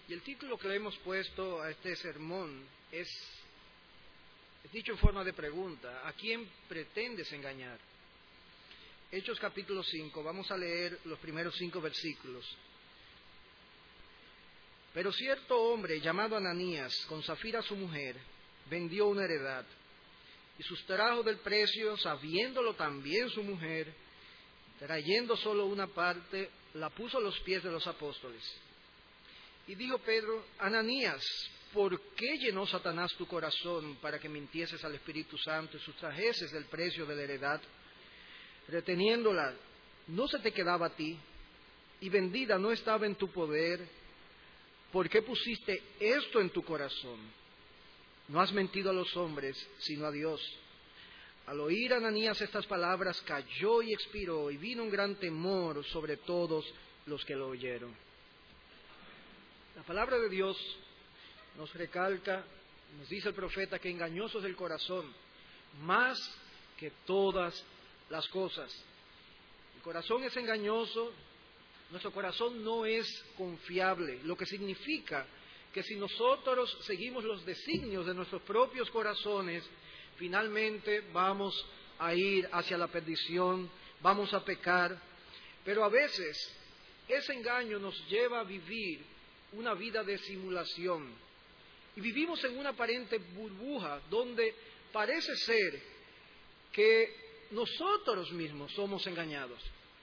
Y el título que le hemos puesto a este sermón es dicho en forma de pregunta: ¿a quién pretendes engañar? Hechos capítulo 5, vamos a leer los primeros 5 versículos. Pero cierto hombre llamado Ananías, con Safira su mujer, vendió una heredad y sustrajo del precio, sabiéndolo también su mujer, trayendo solo una parte, la puso a los pies de los apóstoles. Y dijo Pedro: Ananías, ¿por qué llenó Satanás tu corazón para que mintieses al Espíritu Santo y sustrajeses del precio de la heredad? Reteniéndola, no se te quedaba a ti, y vendida no estaba en tu poder. ¿Por qué pusiste esto en tu corazón? No has mentido a los hombres, sino a Dios. Al oír Ananías estas palabras, cayó y expiró, y vino un gran temor sobre todos los que lo oyeron. La palabra de Dios nos recalca, nos dice el profeta, que engañoso es el corazón, más que todas las cosas. El corazón es engañoso, nuestro corazón no es confiable, lo que significa que si nosotros seguimos los designios de nuestros propios corazones, finalmente vamos a ir hacia la perdición, vamos a pecar. Pero a veces ese engaño nos lleva a vivir una vida de simulación. Y vivimos en una aparente burbuja donde parece ser que nosotros mismos somos engañados.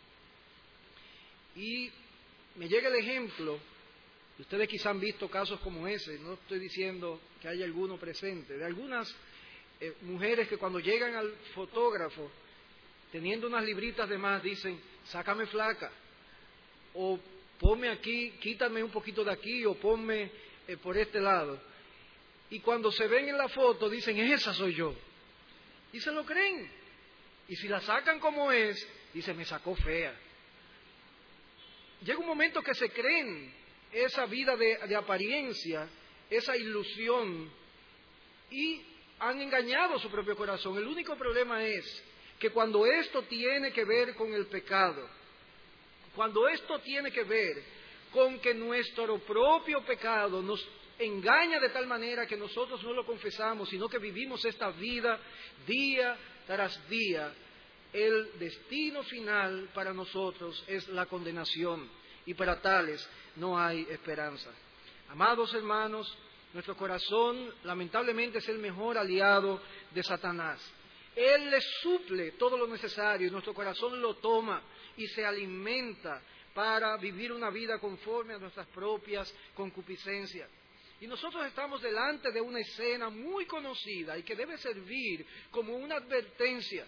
Y me llega el ejemplo, y ustedes quizás han visto casos como ese, no estoy diciendo que haya alguno presente, de algunas mujeres que cuando llegan al fotógrafo, teniendo unas libritas de más, dicen: sácame flaca, o ponme aquí, quítame un poquito de aquí, o ponme por este lado. Y cuando se ven en la foto dicen: esa soy yo. Y se lo creen. Y si la sacan como es, dicen: me sacó fea. Llega un momento que se creen esa vida de apariencia, esa ilusión, y han engañado su propio corazón. El único problema es que cuando esto tiene que ver con el pecado, cuando esto tiene que ver con que nuestro propio pecado nos engaña de tal manera que nosotros no lo confesamos, sino que vivimos esta vida día tras día, el destino final para nosotros es la condenación, y para tales no hay esperanza. Amados hermanos, nuestro corazón lamentablemente es el mejor aliado de Satanás. Él le suple todo lo necesario y nuestro corazón lo toma y se alimenta para vivir una vida conforme a nuestras propias concupiscencias. Y nosotros estamos delante de una escena muy conocida y que debe servir como una advertencia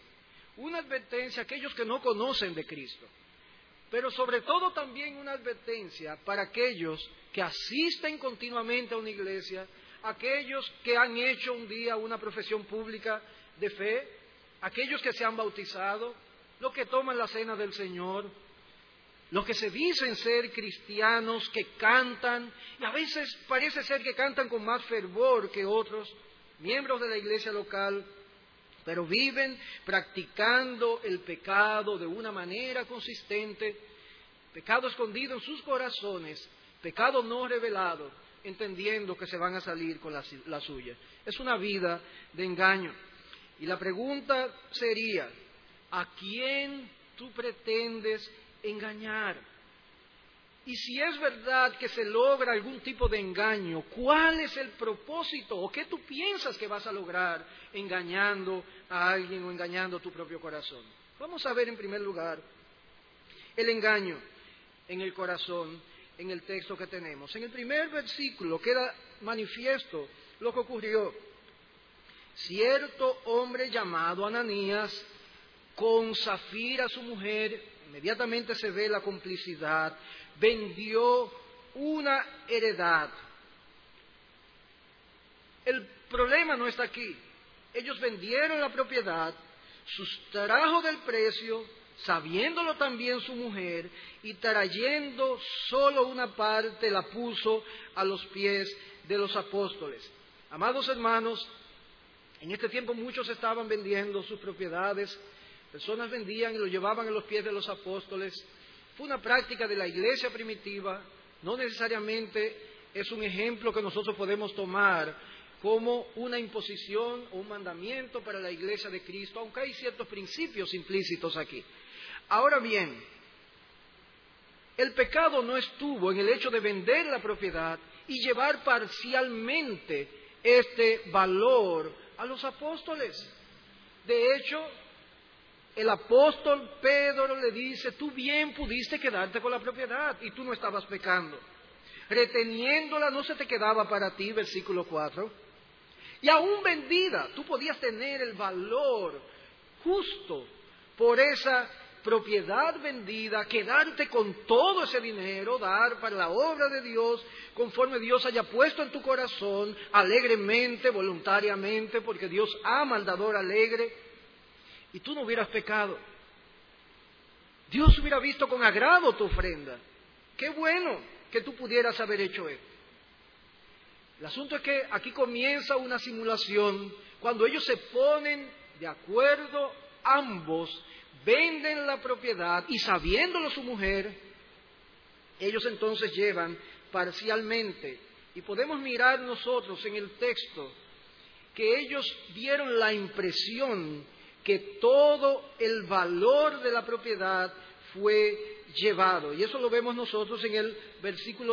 a aquellos que no conocen de Cristo, pero sobre todo también una advertencia para aquellos que asisten continuamente a una iglesia, aquellos que han hecho un día una profesión pública de fe, aquellos que se han bautizado, los que toman la cena del Señor, los que se dicen ser cristianos, que cantan, y a veces parece ser que cantan con más fervor que otros, miembros de la iglesia local, pero viven practicando el pecado de una manera consistente, pecado escondido en sus corazones, pecado no revelado, entendiendo que se van a salir con la suya. Es una vida de engaño. Y la pregunta sería: ¿a quién tú pretendes engañar? Y si es verdad que se logra algún tipo de engaño, ¿cuál es el propósito? ¿O qué tú piensas que vas a lograr engañando a alguien o engañando a tu propio corazón? Vamos a ver en primer lugar el engaño en el corazón en el texto que tenemos. En el primer versículo queda manifiesto lo que ocurrió. Cierto hombre llamado Ananías, con Safira su mujer, inmediatamente se ve la complicidad, vendió una heredad. El problema no está aquí. Ellos vendieron la propiedad, sustrajo del precio, sabiéndolo también su mujer, y trayendo solo una parte la puso a los pies de los apóstoles. Amados hermanos, en este tiempo muchos estaban vendiendo sus propiedades, personas vendían y lo llevaban a los pies de los apóstoles. Fue una práctica de la iglesia primitiva, no necesariamente es un ejemplo que nosotros podemos tomar como una imposición o un mandamiento para la iglesia de Cristo, aunque hay ciertos principios implícitos aquí. Ahora bien, el pecado no estuvo en el hecho de vender la propiedad y llevar parcialmente este valor a los apóstoles. De hecho, el apóstol Pedro le dice, tú bien pudiste quedarte con la propiedad y tú no estabas pecando. Reteniéndola no se te quedaba para ti, versículo 4. Y aún vendida, tú podías tener el valor justo por esa propiedad vendida, quedarte con todo ese dinero, dar para la obra de Dios, conforme Dios haya puesto en tu corazón, alegremente, voluntariamente, porque Dios ama al dador alegre, y tú no hubieras pecado. Dios hubiera visto con agrado tu ofrenda. Qué bueno que tú pudieras haber hecho esto. El asunto es que aquí comienza una simulación, cuando ellos se ponen de acuerdo, ambos venden la propiedad y sabiéndolo su mujer, ellos entonces llevan parcialmente. Y podemos mirar nosotros en el texto que ellos dieron la impresión que todo el valor de la propiedad fue llevado. Y eso lo vemos nosotros en el versículo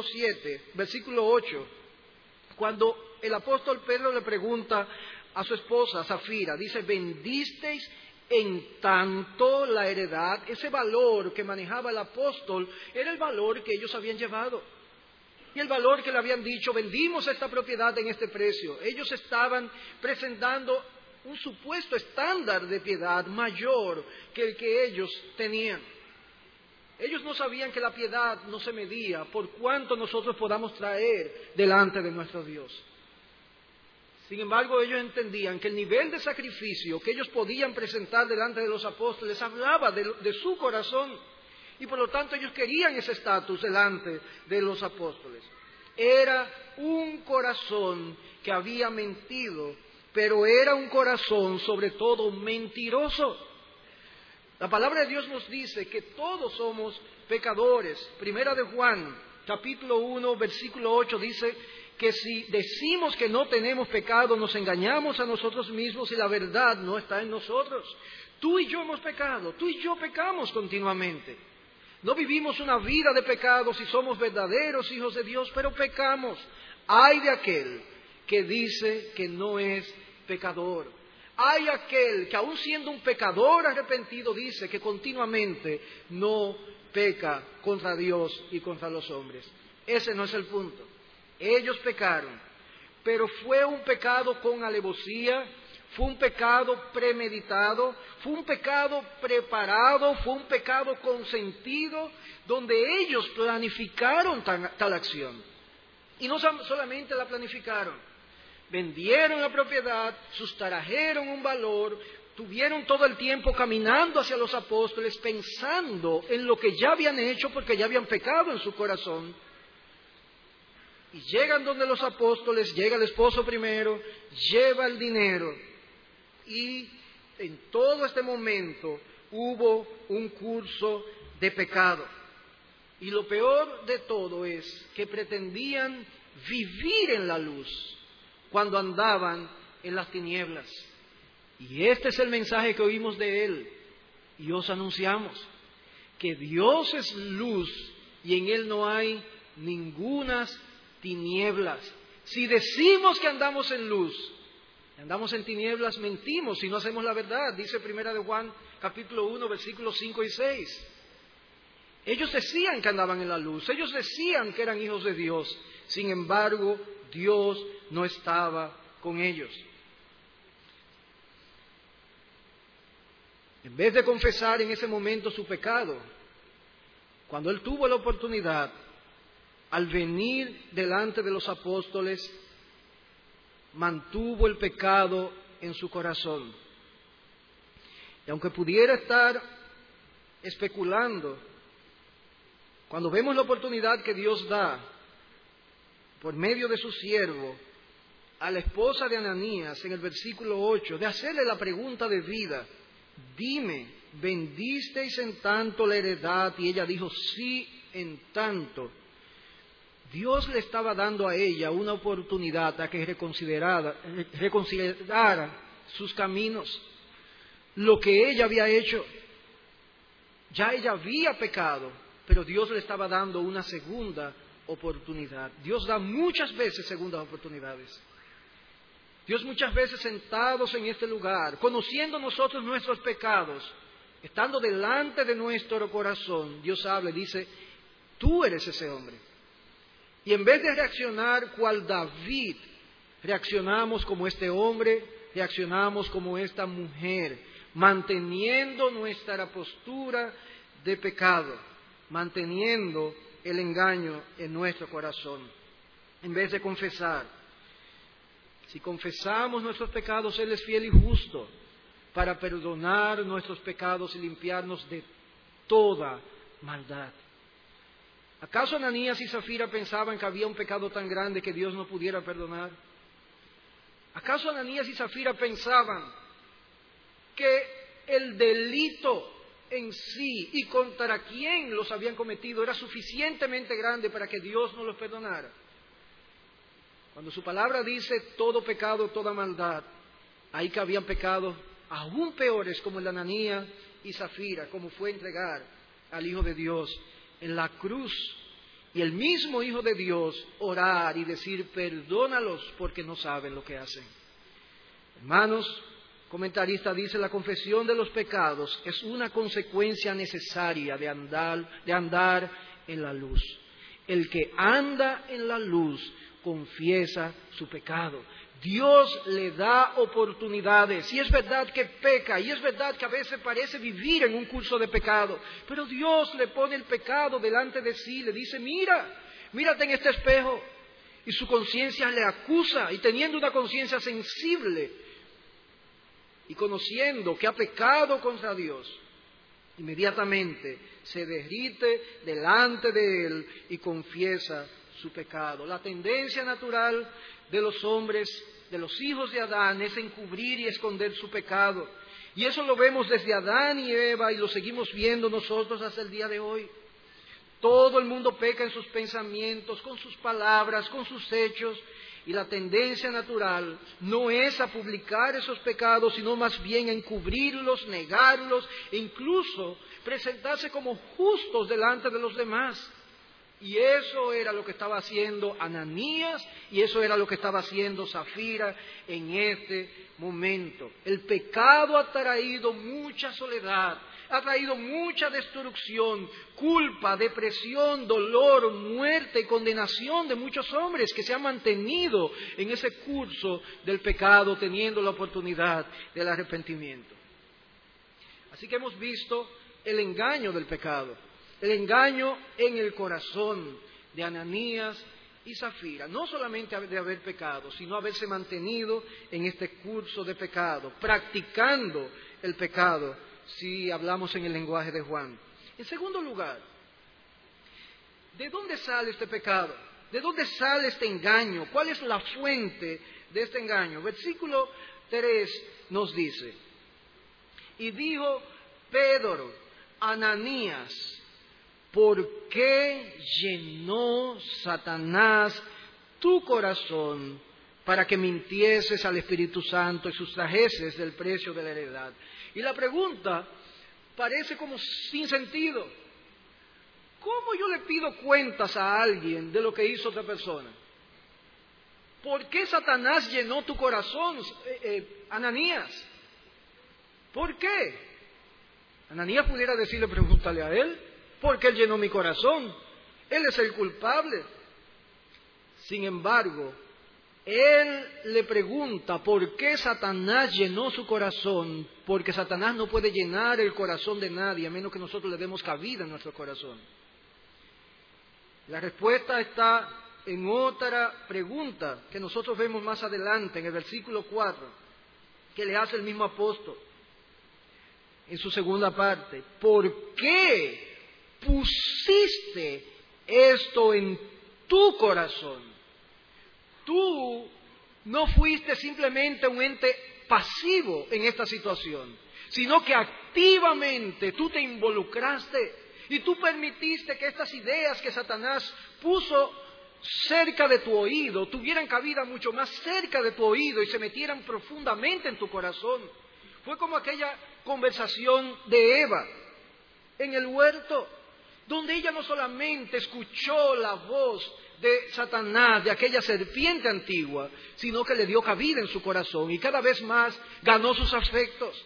8, cuando el apóstol Pedro le pregunta a su esposa, Zafira, dice, ¿vendisteis en tanto la heredad? Ese valor que manejaba el apóstol era el valor que ellos habían llevado. Y el valor que le habían dicho, vendimos esta propiedad en este precio. Ellos estaban presentando un supuesto estándar de piedad mayor que el que ellos tenían. Ellos no sabían que la piedad no se medía por cuánto nosotros podamos traer delante de nuestro Dios. Sin embargo, ellos entendían que el nivel de sacrificio que ellos podían presentar delante de los apóstoles hablaba de su corazón, y por lo tanto ellos querían ese estatus delante de los apóstoles. Era un corazón que había mentido, pero era un corazón sobre todo mentiroso. La palabra de Dios nos dice que todos somos pecadores. Primera de Juan, capítulo 1, versículo 8 dice que si decimos que no tenemos pecado, nos engañamos a nosotros mismos y la verdad no está en nosotros. Tú y yo hemos pecado, tú y yo pecamos continuamente. No vivimos una vida de pecado si somos verdaderos hijos de Dios, pero pecamos. Ay de aquel que dice que no es pecador. Hay aquel que aun siendo un pecador arrepentido dice que continuamente no peca contra Dios y contra los hombres. Ese no es el punto. Ellos pecaron, pero fue un pecado con alevosía, fue un pecado premeditado, fue un pecado preparado, fue un pecado consentido, donde ellos planificaron tal acción. Y no solamente la planificaron. Vendieron la propiedad, sustrajeron un valor, tuvieron todo el tiempo caminando hacia los apóstoles pensando en lo que ya habían hecho porque ya habían pecado en su corazón. Y llegan donde los apóstoles, llega el esposo primero, lleva el dinero y en todo este momento hubo un curso de pecado. Y lo peor de todo es que pretendían vivir en la luz cuando andaban en las tinieblas. Y este es el mensaje que oímos de Él y os anunciamos, que Dios es luz y en Él no hay ningunas tinieblas. Si decimos que andamos en luz, andamos en tinieblas, mentimos y no hacemos la verdad, dice Primera de Juan, capítulo 1, versículos 5 y 6. Ellos decían que andaban en la luz, ellos decían que eran hijos de Dios, sin embargo, Dios no estaba con ellos. En vez de confesar en ese momento su pecado, cuando él tuvo la oportunidad, al venir delante de los apóstoles, mantuvo el pecado en su corazón. Y aunque pudiera estar especulando, cuando vemos la oportunidad que Dios da por medio de su siervo a la esposa de Ananías en el versículo 8, de hacerle la pregunta de vida, dime, ¿vendisteis en tanto la heredad? Y ella dijo, sí, en tanto. Dios le estaba dando a ella una oportunidad a que reconsiderara sus caminos, lo que ella había hecho. Ya ella había pecado, pero Dios le estaba dando una segunda oportunidad. Dios da muchas veces segundas oportunidades. Dios muchas veces sentados en este lugar, conociendo nosotros nuestros pecados, estando delante de nuestro corazón, Dios habla y dice, tú eres ese hombre. Y en vez de reaccionar cual David, reaccionamos como este hombre, reaccionamos como esta mujer, manteniendo nuestra postura de pecado, manteniendo el engaño en nuestro corazón, en vez de confesar. Si confesamos nuestros pecados, Él es fiel y justo para perdonar nuestros pecados y limpiarnos de toda maldad. ¿Acaso Ananías y Zafira pensaban que había un pecado tan grande que Dios no pudiera perdonar? ¿Acaso Ananías y Zafira pensaban que el delito en sí y contra quién los habían cometido era suficientemente grande para que Dios no los perdonara? Cuando su palabra dice todo pecado, toda maldad, ahí que habían pecados aún peores como el de Ananías y Zafira, como fue entregar al Hijo de Dios en la cruz, y el mismo Hijo de Dios orar y decir, perdónalos porque no saben lo que hacen. Hermanos, comentarista dice, la confesión de los pecados es una consecuencia necesaria de andar en la luz. El que anda en la luz confiesa su pecado. Dios le da oportunidades, y es verdad que peca, y es verdad que a veces parece vivir en un curso de pecado, pero Dios le pone el pecado delante de sí, le dice, mírate en este espejo, y su conciencia le acusa, y teniendo una conciencia sensible, y conociendo que ha pecado contra Dios, inmediatamente se derrite delante de Él y confiesa su pecado. La tendencia natural de los hombres, de los hijos de Adán, es encubrir y esconder su pecado. Y eso lo vemos desde Adán y Eva y lo seguimos viendo nosotros hasta el día de hoy. Todo el mundo peca en sus pensamientos, con sus palabras, con sus hechos. Y la tendencia natural no es a publicar esos pecados, sino más bien a encubrirlos, negarlos e incluso presentarse como justos delante de los demás. Y eso era lo que estaba haciendo Ananías y eso era lo que estaba haciendo Zafira en este momento. El pecado ha traído mucha soledad, ha traído mucha destrucción, culpa, depresión, dolor, muerte y condenación de muchos hombres que se han mantenido en ese curso del pecado, teniendo la oportunidad del arrepentimiento. Así que hemos visto el engaño del pecado. El engaño en el corazón de Ananías y Zafira, no solamente de haber pecado, sino haberse mantenido en este curso de pecado, practicando el pecado, si hablamos en el lenguaje de Juan. En segundo lugar, ¿de dónde sale este pecado? ¿De dónde sale este engaño? ¿Cuál es la fuente de este engaño? Versículo 3 nos dice, y dijo Pedro, Ananías, ¿por qué llenó Satanás tu corazón para que mintieses al Espíritu Santo y sustrajeses del precio de la heredad? Y la pregunta parece como sin sentido. ¿Cómo yo le pido cuentas a alguien de lo que hizo otra persona? ¿Por qué Satanás llenó tu corazón, Ananías? ¿Por qué? Ananías pudiera decirle, pregúntale a él. Porque Él llenó mi corazón. Él es el culpable. Sin embargo, Él le pregunta por qué Satanás llenó su corazón, porque Satanás no puede llenar el corazón de nadie, a menos que nosotros le demos cabida en nuestro corazón. La respuesta está en otra pregunta que nosotros vemos más adelante, en el versículo 4, que le hace el mismo apóstol, en su segunda parte. ¿Por qué pusiste esto en tu corazón? Tú no fuiste simplemente un ente pasivo en esta situación, sino que activamente tú te involucraste y tú permitiste que estas ideas que Satanás puso cerca de tu oído, tuvieran cabida mucho más cerca de tu oído y se metieran profundamente en tu corazón. Fue como aquella conversación de Eva en el huerto, donde ella no solamente escuchó la voz de Satanás, de aquella serpiente antigua, sino que le dio cabida en su corazón y cada vez más ganó sus afectos.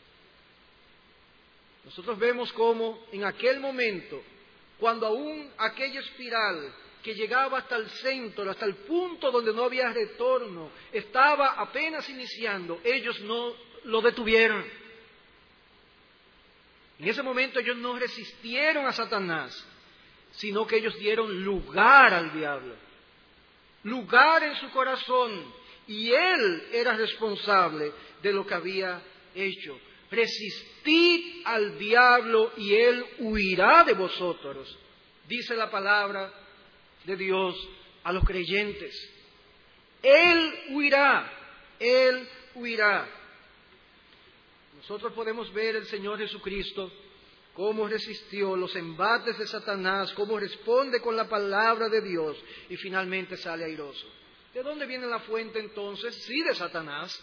Nosotros vemos cómo en aquel momento, cuando aún aquella espiral que llegaba hasta el centro, hasta el punto donde no había retorno, estaba apenas iniciando, ellos no lo detuvieron. En ese momento ellos no resistieron a Satanás, sino que ellos dieron lugar al diablo, lugar en su corazón, y él era responsable de lo que había hecho. Resistid al diablo y él huirá de vosotros, dice la palabra de Dios a los creyentes. Él huirá, él huirá. Nosotros podemos ver el Señor Jesucristo cómo resistió los embates de Satanás, cómo responde con la palabra de Dios y finalmente sale airoso. ¿De dónde viene la fuente entonces? Sí, de Satanás,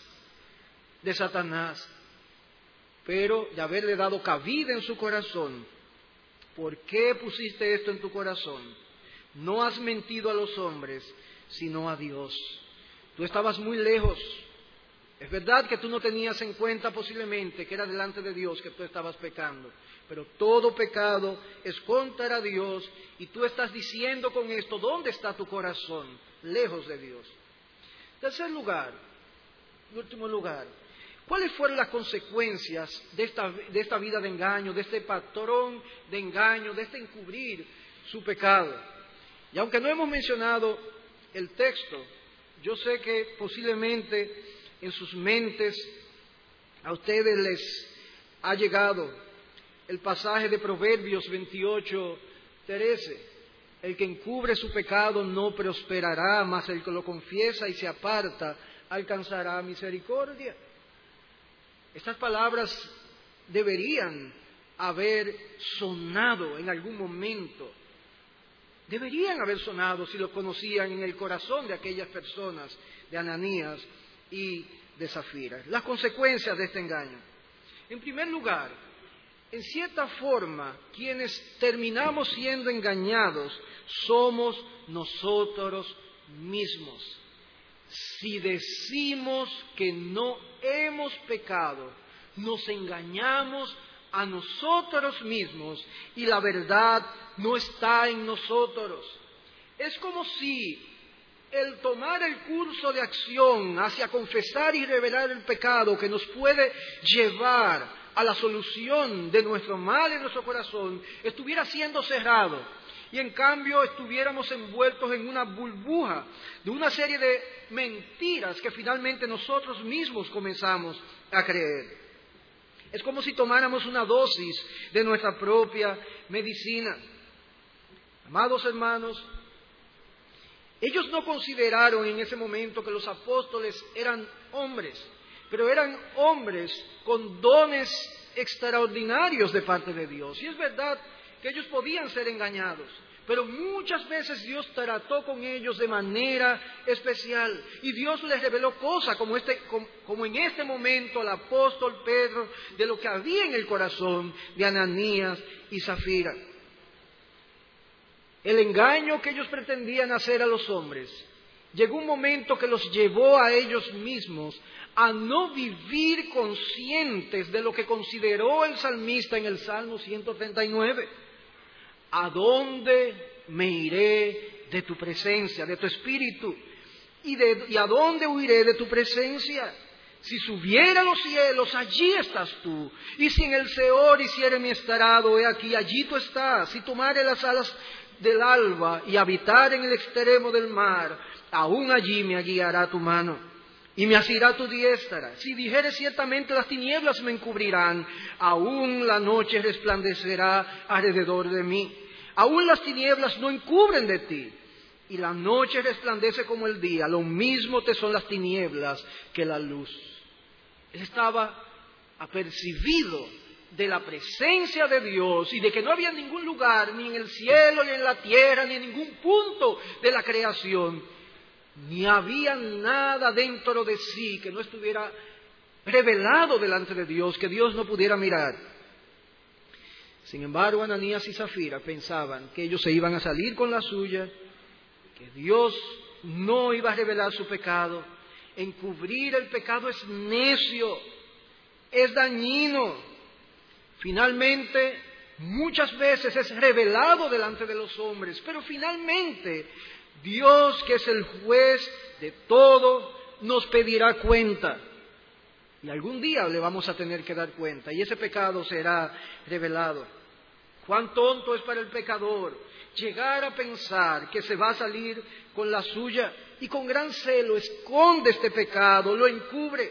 pero de haberle dado cabida en su corazón. ¿Por qué pusiste esto en tu corazón? No has mentido a los hombres, sino a Dios. Tú estabas muy lejos. Es verdad que tú no tenías en cuenta posiblemente que era delante de Dios que tú estabas pecando, pero todo pecado es contra Dios y tú estás diciendo con esto, ¿dónde está tu corazón? Lejos de Dios. Tercer lugar, último lugar, ¿cuáles fueron las consecuencias de esta vida de engaño, de este patrón de engaño, de este encubrir su pecado? Y aunque no hemos mencionado el texto, yo sé que posiblemente en sus mentes a ustedes les ha llegado el pasaje de Proverbios 28:13. El que encubre su pecado no prosperará, mas el que lo confiesa y se aparta alcanzará misericordia. Estas palabras deberían haber sonado en algún momento. Deberían haber sonado si lo conocían en el corazón de aquellas personas, de Ananías y de Zafira. Las consecuencias de este engaño. En primer lugar, en cierta forma, quienes terminamos siendo engañados somos nosotros mismos. Si decimos que no hemos pecado, nos engañamos a nosotros mismos y la verdad no está en nosotros. Es como si el tomar el curso de acción hacia confesar y revelar el pecado que nos puede llevar a la solución de nuestro mal en nuestro corazón estuviera siendo cerrado y en cambio estuviéramos envueltos en una burbuja de una serie de mentiras que finalmente nosotros mismos comenzamos a creer. Es como si tomáramos una dosis de nuestra propia medicina. Amados hermanos, ellos no consideraron en ese momento que los apóstoles eran hombres, pero eran hombres con dones extraordinarios de parte de Dios. Y es verdad que ellos podían ser engañados, pero muchas veces Dios trató con ellos de manera especial y Dios les reveló cosas como en este momento al apóstol Pedro, de lo que había en el corazón de Ananías y Zafira. El engaño que ellos pretendían hacer a los hombres, llegó un momento que los llevó a ellos mismos a no vivir conscientes de lo que consideró el salmista en el Salmo 139. ¿A dónde me iré de tu presencia, de tu espíritu? ¿Y a dónde huiré de tu presencia? Si subiera a los cielos, allí estás tú. Y si en el Seol hiciere mi estrado, he aquí, allí tú estás. Si tomare las alas del alba y habitar en el extremo del mar, aún allí me guiará tu mano y me asirá tu diestra. Si dijere ciertamente las tinieblas me encubrirán, aún la noche resplandecerá alrededor de mí. Aún las tinieblas no encubren de ti, y la noche resplandece como el día. Lo mismo te son las tinieblas que la luz. Él estaba apercibido de la presencia de Dios y de que no había ningún lugar, ni en el cielo, ni en la tierra, ni en ningún punto de la creación, ni había nada dentro de sí que no estuviera revelado delante de Dios, que Dios no pudiera mirar. Sin embargo, Ananías y Zafira pensaban que ellos se iban a salir con la suya, que Dios no iba a revelar su pecado. Encubrir el pecado es necio, es dañino. Finalmente, muchas veces es revelado delante de los hombres, pero finalmente Dios, que es el juez de todo, nos pedirá cuenta. Y algún día le vamos a tener que dar cuenta, y ese pecado será revelado. Cuán tonto es para el pecador llegar a pensar que se va a salir con la suya, y con gran celo esconde este pecado, lo encubre.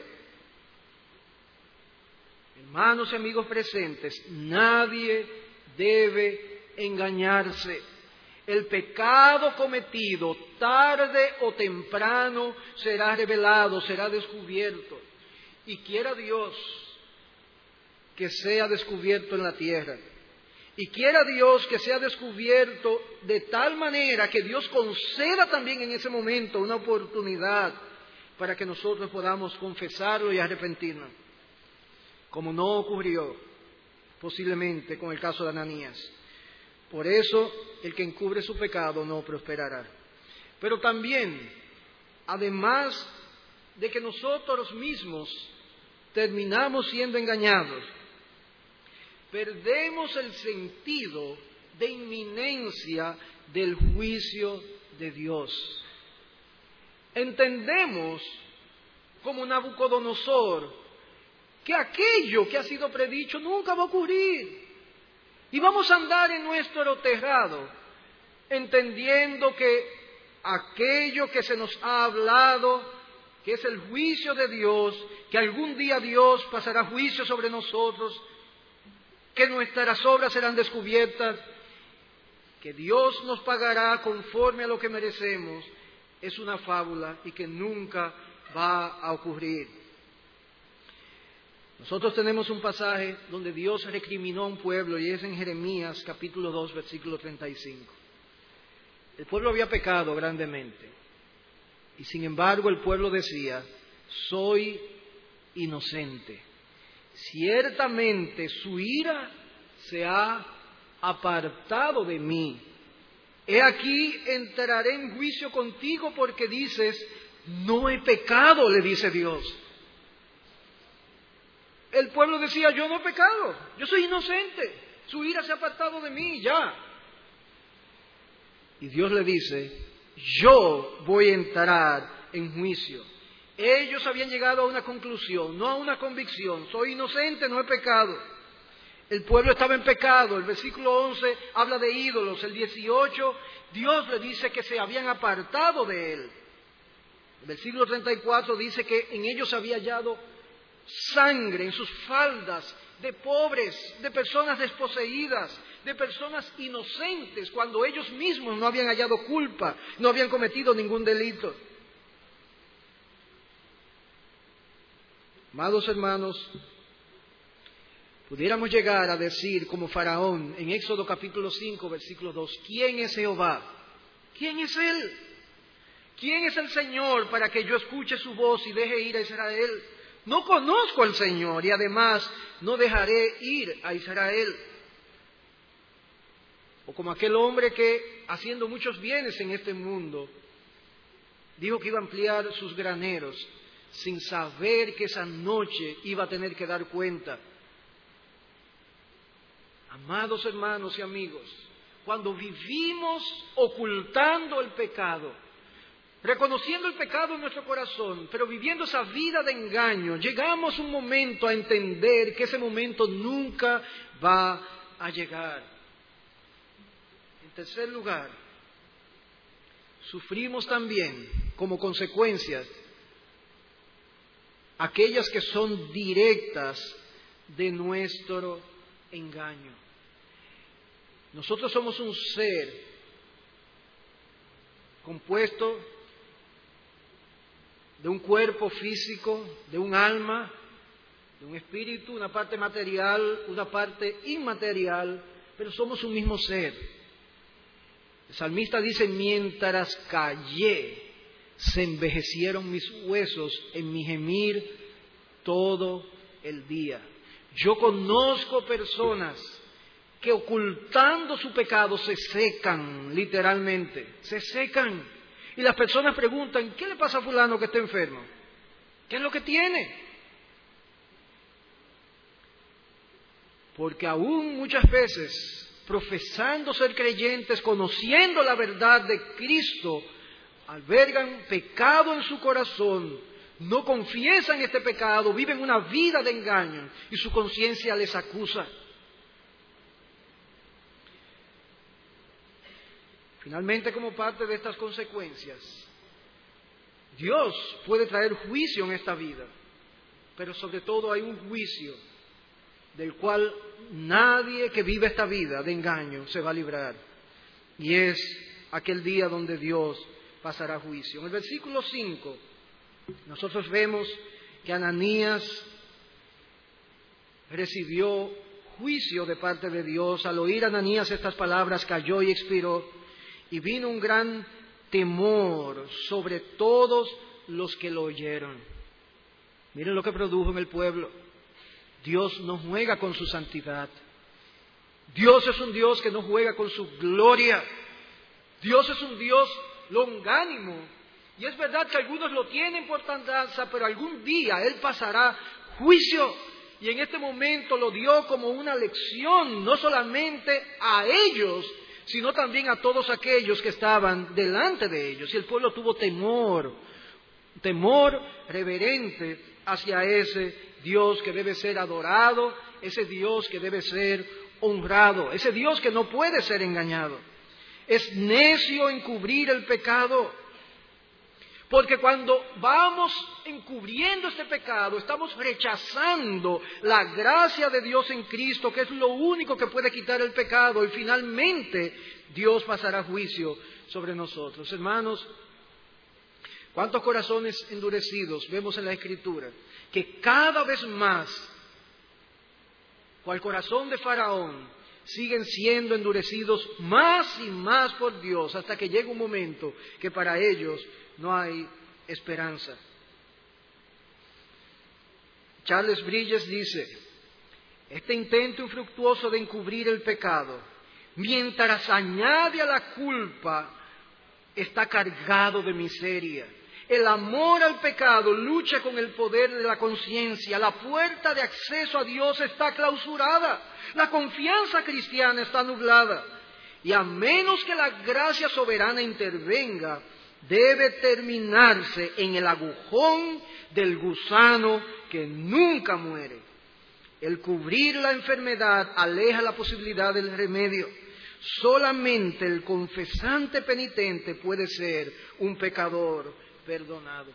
Hermanos y amigos presentes, nadie debe engañarse. El pecado cometido, tarde o temprano, será revelado, será descubierto. Y quiera Dios que sea descubierto en la tierra. Y quiera Dios que sea descubierto de tal manera que Dios conceda también en ese momento una oportunidad para que nosotros podamos confesarlo y arrepentirnos. Como no ocurrió posiblemente con el caso de Ananías. Por eso, el que encubre su pecado no prosperará. Pero también, además de que nosotros mismos terminamos siendo engañados, perdemos el sentido de inminencia del juicio de Dios. Entendemos, como Nabucodonosor, que aquello que ha sido predicho nunca va a ocurrir. Y vamos a andar en nuestro terrado, entendiendo que aquello que se nos ha hablado, que es el juicio de Dios, que algún día Dios pasará juicio sobre nosotros, que nuestras obras serán descubiertas, que Dios nos pagará conforme a lo que merecemos, es una fábula y que nunca va a ocurrir. Nosotros tenemos un pasaje donde Dios recriminó a un pueblo y es en Jeremías capítulo 2, versículo 35. El pueblo había pecado grandemente y sin embargo el pueblo decía, soy inocente. Ciertamente su ira se ha apartado de mí. He aquí entraré en juicio contigo porque dices, no he pecado, le dice Dios. El pueblo decía, yo no he pecado, yo soy inocente, su ira se ha apartado de mí, ya. Y Dios le dice, yo voy a entrar en juicio. Ellos habían llegado a una conclusión, no a una convicción, soy inocente, no he pecado. El pueblo estaba en pecado, el versículo 11 habla de ídolos, el 18 Dios le dice que se habían apartado de él. El versículo 34 dice que en ellos había hallado sangre en sus faldas, de pobres, de personas desposeídas, de personas inocentes, cuando ellos mismos no habían hallado culpa, no habían cometido ningún delito. Amados hermanos, pudiéramos llegar a decir como Faraón en Éxodo capítulo 5, versículo 2, ¿quién es Jehová? ¿Quién es Él? ¿Quién es el Señor para que yo escuche su voz y deje ir a Israel? No conozco al Señor y además no dejaré ir a Israel. O como aquel hombre que, haciendo muchos bienes en este mundo, dijo que iba a ampliar sus graneros sin saber que esa noche iba a tener que dar cuenta. Amados hermanos y amigos, cuando vivimos ocultando el pecado, reconociendo el pecado en nuestro corazón, pero viviendo esa vida de engaño, llegamos un momento a entender que ese momento nunca va a llegar. En tercer lugar, sufrimos también como consecuencias aquellas que son directas de nuestro engaño. Nosotros somos un ser compuesto de un cuerpo físico, de un alma un espíritu, una parte material, una parte inmaterial, pero somos un mismo ser. El salmista dice, mientras callé, se envejecieron mis huesos en mi gemir todo el día. Yo conozco personas que ocultando su pecado se secan, literalmente, se secan. Y las personas preguntan, ¿qué le pasa a fulano que está enfermo? ¿Qué es lo que tiene? Porque aún muchas veces, profesando ser creyentes, conociendo la verdad de Cristo, albergan pecado en su corazón, no confiesan este pecado, viven una vida de engaño y su conciencia les acusa. Finalmente, como parte de estas consecuencias, Dios puede traer juicio en esta vida, pero sobre todo hay un juicio del cual nadie que vive esta vida de engaño se va a librar, y es aquel día donde Dios pasará juicio. En el versículo 5, nosotros vemos que Ananías recibió juicio de parte de Dios. Al oír Ananías estas palabras, cayó y expiró, y vino un gran temor sobre todos los que lo oyeron. Miren lo que produjo en el pueblo. Dios no juega con su santidad. Dios es un Dios que no juega con su gloria. Dios es un Dios longánimo. Y es verdad que algunos lo tienen por tardanza, pero algún día Él pasará juicio. Y en este momento lo dio como una lección, no solamente a ellos, sino también a todos aquellos que estaban delante de ellos. Y el pueblo tuvo temor reverente hacia ese Dios que debe ser adorado, ese Dios que debe ser honrado, ese Dios que no puede ser engañado. Es necio encubrir el pecado, porque cuando vamos encubriendo este pecado, estamos rechazando la gracia de Dios en Cristo, que es lo único que puede quitar el pecado, y finalmente Dios pasará juicio sobre nosotros. Hermanos, ¿cuántos corazones endurecidos vemos en la Escritura? Que cada vez más, cual corazón de Faraón, siguen siendo endurecidos más y más por Dios, hasta que llega un momento que para ellos no hay esperanza. Charles Bridges dice, este intento infructuoso de encubrir el pecado, mientras añade a la culpa, está cargado de miseria. El amor al pecado lucha con el poder de la conciencia. La puerta de acceso a Dios está clausurada. La confianza cristiana está nublada. Y a menos que la gracia soberana intervenga, debe terminarse en el agujón del gusano que nunca muere. El cubrir la enfermedad aleja la posibilidad del remedio. Solamente el confesante penitente puede ser un pecador perdonado.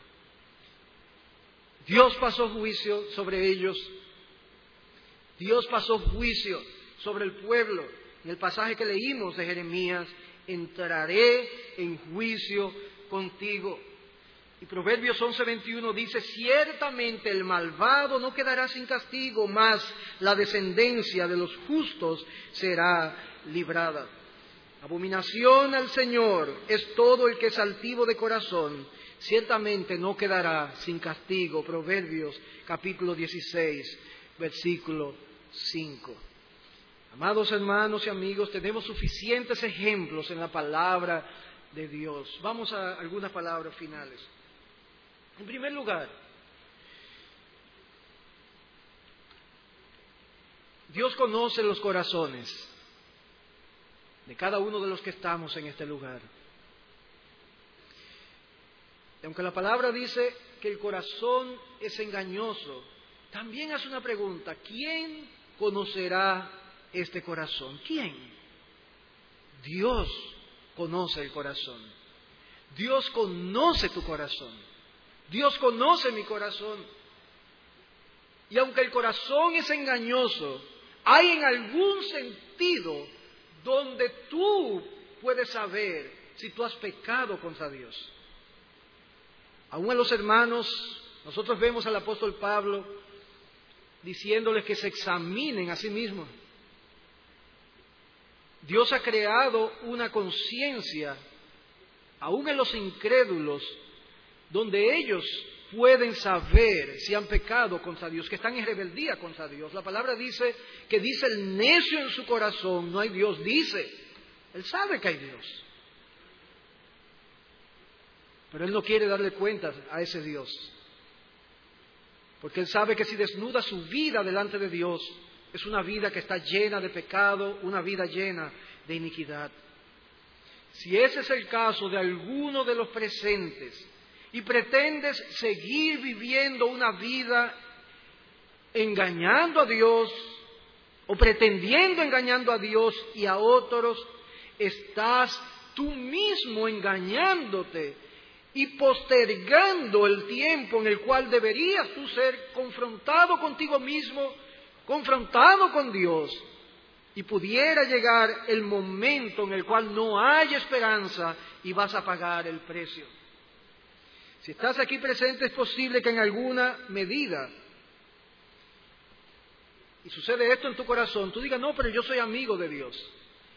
Dios pasó juicio sobre ellos. Dios pasó juicio sobre el pueblo. En el pasaje que leímos de Jeremías, entraré en juicio contigo. Y Proverbios 11:21 dice, ciertamente el malvado no quedará sin castigo, mas la descendencia de los justos será librada. Abominación al Señor es todo el que es altivo de corazón, ciertamente no quedará sin castigo. Proverbios capítulo 16, versículo 5. Amados hermanos y amigos, tenemos suficientes ejemplos en la palabra de Dios. Vamos a algunas palabras finales. En primer lugar, Dios conoce los corazones de cada uno de los que estamos en este lugar. Y aunque la palabra dice que el corazón es engañoso, también hace una pregunta: ¿quién conocerá este corazón? ¿Quién? Dios conoce el corazón. Dios conoce tu corazón. Dios conoce mi corazón. Y aunque el corazón es engañoso, hay en algún sentido donde tú puedes saber si tú has pecado contra Dios. Aún a los hermanos, nosotros vemos al apóstol Pablo diciéndoles que se examinen a sí mismos. Dios ha creado una conciencia, aún en los incrédulos, donde ellos pueden saber si han pecado contra Dios, que están en rebeldía contra Dios. La palabra dice que dice el necio en su corazón, no hay Dios. Dice, él sabe que hay Dios, pero él no quiere darle cuentas a ese Dios, porque él sabe que si desnuda su vida delante de Dios, es una vida que está llena de pecado, una vida llena de iniquidad. Si ese es el caso de alguno de los presentes y pretendes seguir viviendo una vida engañando a Dios o pretendiendo engañando a Dios y a otros, estás tú mismo engañándote y postergando el tiempo en el cual deberías tú ser confrontado contigo mismo, confrontado con Dios, y pudiera llegar el momento en el cual no hay esperanza y vas a pagar el precio. Si estás aquí presente, es posible que en alguna medida, y sucede esto en tu corazón, tú digas, no, pero yo soy amigo de Dios.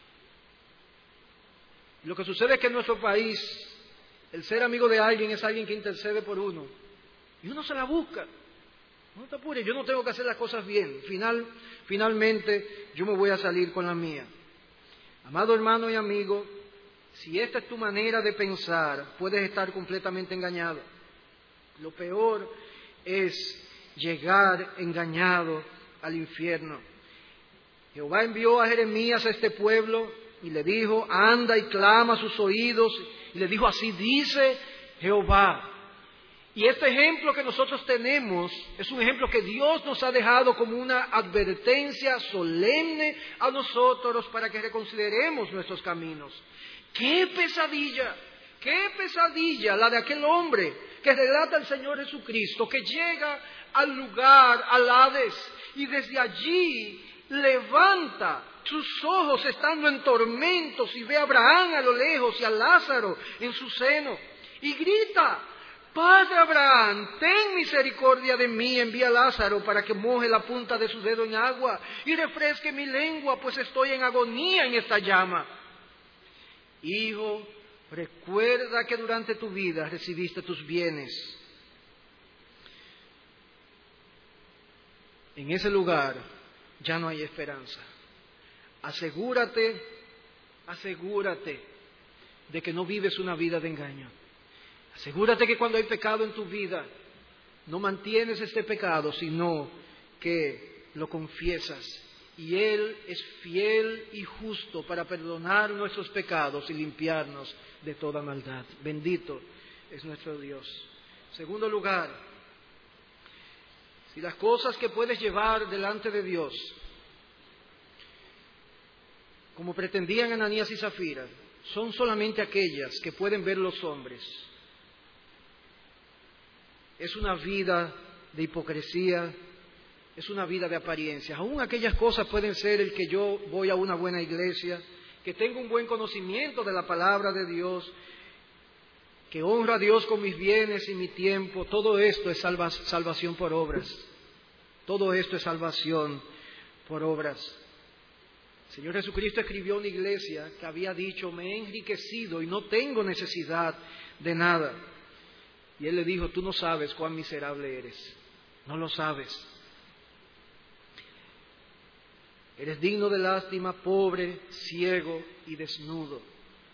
Y lo que sucede es que en nuestro país, el ser amigo de alguien es alguien que intercede por uno, y uno se la busca. No te apures, yo no tengo que hacer las cosas bien. Finalmente yo me voy a salir con la mía. Amado hermano y amigo, si esta es tu manera de pensar, puedes estar completamente engañado. Lo peor es llegar engañado al infierno. Jehová envió a Jeremías a este pueblo y le dijo, anda y clama a sus oídos. Y le dijo, así dice Jehová. Y este ejemplo que nosotros tenemos es un ejemplo que Dios nos ha dejado como una advertencia solemne a nosotros para que reconsideremos nuestros caminos. ¡Qué pesadilla! ¡Qué pesadilla la de aquel hombre que relata el Señor Jesucristo, que llega al lugar, al Hades, y desde allí levanta sus ojos estando en tormentos y ve a Abraham a lo lejos y a Lázaro en su seno y grita, Padre Abraham, ten misericordia de mí, envía a Lázaro para que moje la punta de su dedo en agua y refresque mi lengua, pues estoy en agonía en esta llama. Hijo, recuerda que durante tu vida recibiste tus bienes. En ese lugar ya no hay esperanza. Asegúrate de que no vives una vida de engaño. Asegúrate que cuando hay pecado en tu vida, no mantienes este pecado, sino que lo confiesas. Y Él es fiel y justo para perdonar nuestros pecados y limpiarnos de toda maldad. Bendito es nuestro Dios. Segundo lugar, si las cosas que puedes llevar delante de Dios, como pretendían Ananías y Zafira, son solamente aquellas que pueden ver los hombres, es una vida de hipocresía, es una vida de apariencias. Aún aquellas cosas pueden ser el que yo voy a una buena iglesia, que tengo un buen conocimiento de la palabra de Dios, que honro a Dios con mis bienes y mi tiempo. Todo esto es salvación por obras. Todo esto es salvación por obras. El Señor Jesucristo escribió a una iglesia que había dicho, me he enriquecido y no tengo necesidad de nada. Y Él le dijo, tú no sabes cuán miserable eres, no lo sabes. Eres digno de lástima, pobre, ciego y desnudo.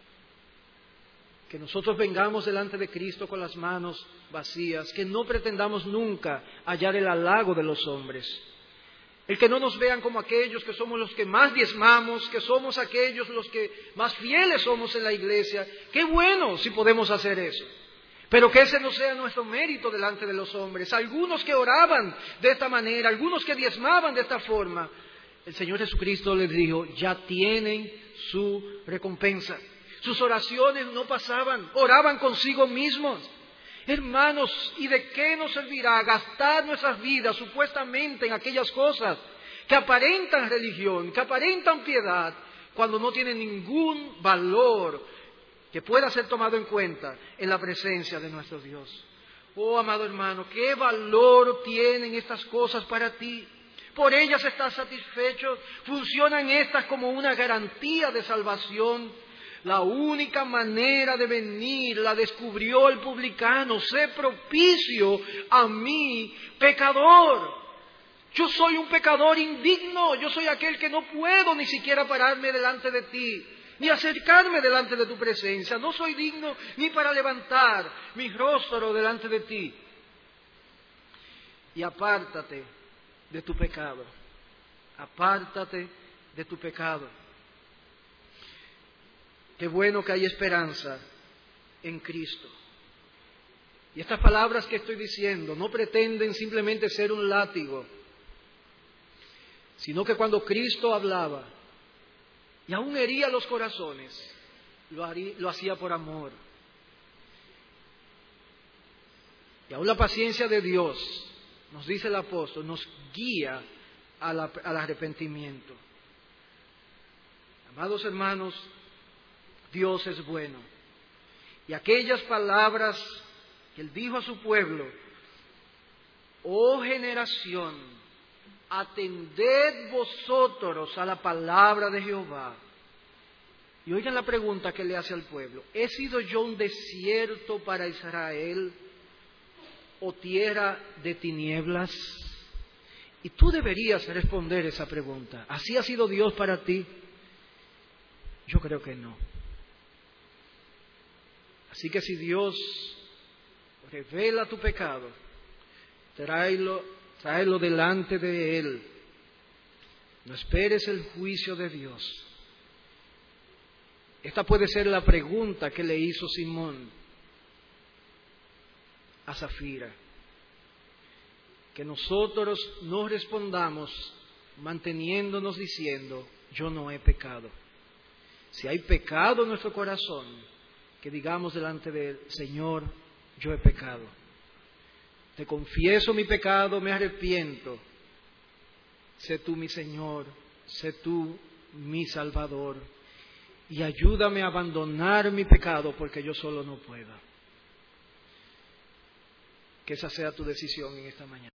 Que nosotros vengamos delante de Cristo con las manos vacías, que no pretendamos nunca hallar el halago de los hombres. El que no nos vean como aquellos que somos los que más diezmamos, que somos aquellos los que más fieles somos en la iglesia. Qué bueno si podemos hacer eso. Pero que ese no sea nuestro mérito delante de los hombres. Algunos que oraban de esta manera, algunos que diezmaban de esta forma, el Señor Jesucristo les dijo, ya tienen su recompensa. Sus oraciones no pasaban, oraban consigo mismos. Hermanos, ¿y de qué nos servirá gastar nuestras vidas supuestamente en aquellas cosas que aparentan religión, que aparentan piedad, cuando no tienen ningún valor que pueda ser tomado en cuenta en la presencia de nuestro Dios? Oh, amado hermano, ¿qué valor tienen estas cosas para ti? por ellas estás satisfecho, funcionan estas como una garantía de salvación. La única manera de venir la descubrió el publicano: sé propicio a mí, pecador. Yo soy un pecador indigno, yo soy aquel que no puedo ni siquiera pararme delante de ti, ni acercarme delante de tu presencia. No soy digno ni para levantar mi rostro delante de ti. Y apártate de tu pecado, apártate de tu pecado. Qué bueno que hay esperanza en Cristo. Y estas palabras que estoy diciendo no pretenden simplemente ser un látigo, sino que cuando Cristo hablaba y aún hería los corazones, lo hacía por amor. Y aún la paciencia de Dios, nos dice el apóstol, nos guía al arrepentimiento. Amados hermanos, Dios es bueno. Y aquellas palabras que Él dijo a su pueblo: oh generación, atended vosotros a la palabra de Jehová. Y oigan la pregunta que le hace al pueblo: ¿he sido yo un desierto para Israel o tierra de tinieblas? Y tú deberías responder esa pregunta. ¿Así ha sido Dios para ti? Yo creo que no. Así que si Dios revela tu pecado, tráelo delante de Él. No esperes el juicio de Dios. Esta puede ser la pregunta que le hizo Simón a Zafira. Que nosotros no respondamos manteniéndonos diciendo: yo no he pecado. Si hay pecado en nuestro corazón, que digamos delante de Él: Señor, yo he pecado. Te confieso mi pecado, me arrepiento. Sé tú mi Señor, sé tú mi Salvador. Y ayúdame a abandonar mi pecado, porque yo solo no puedo. Que esa sea tu decisión en esta mañana.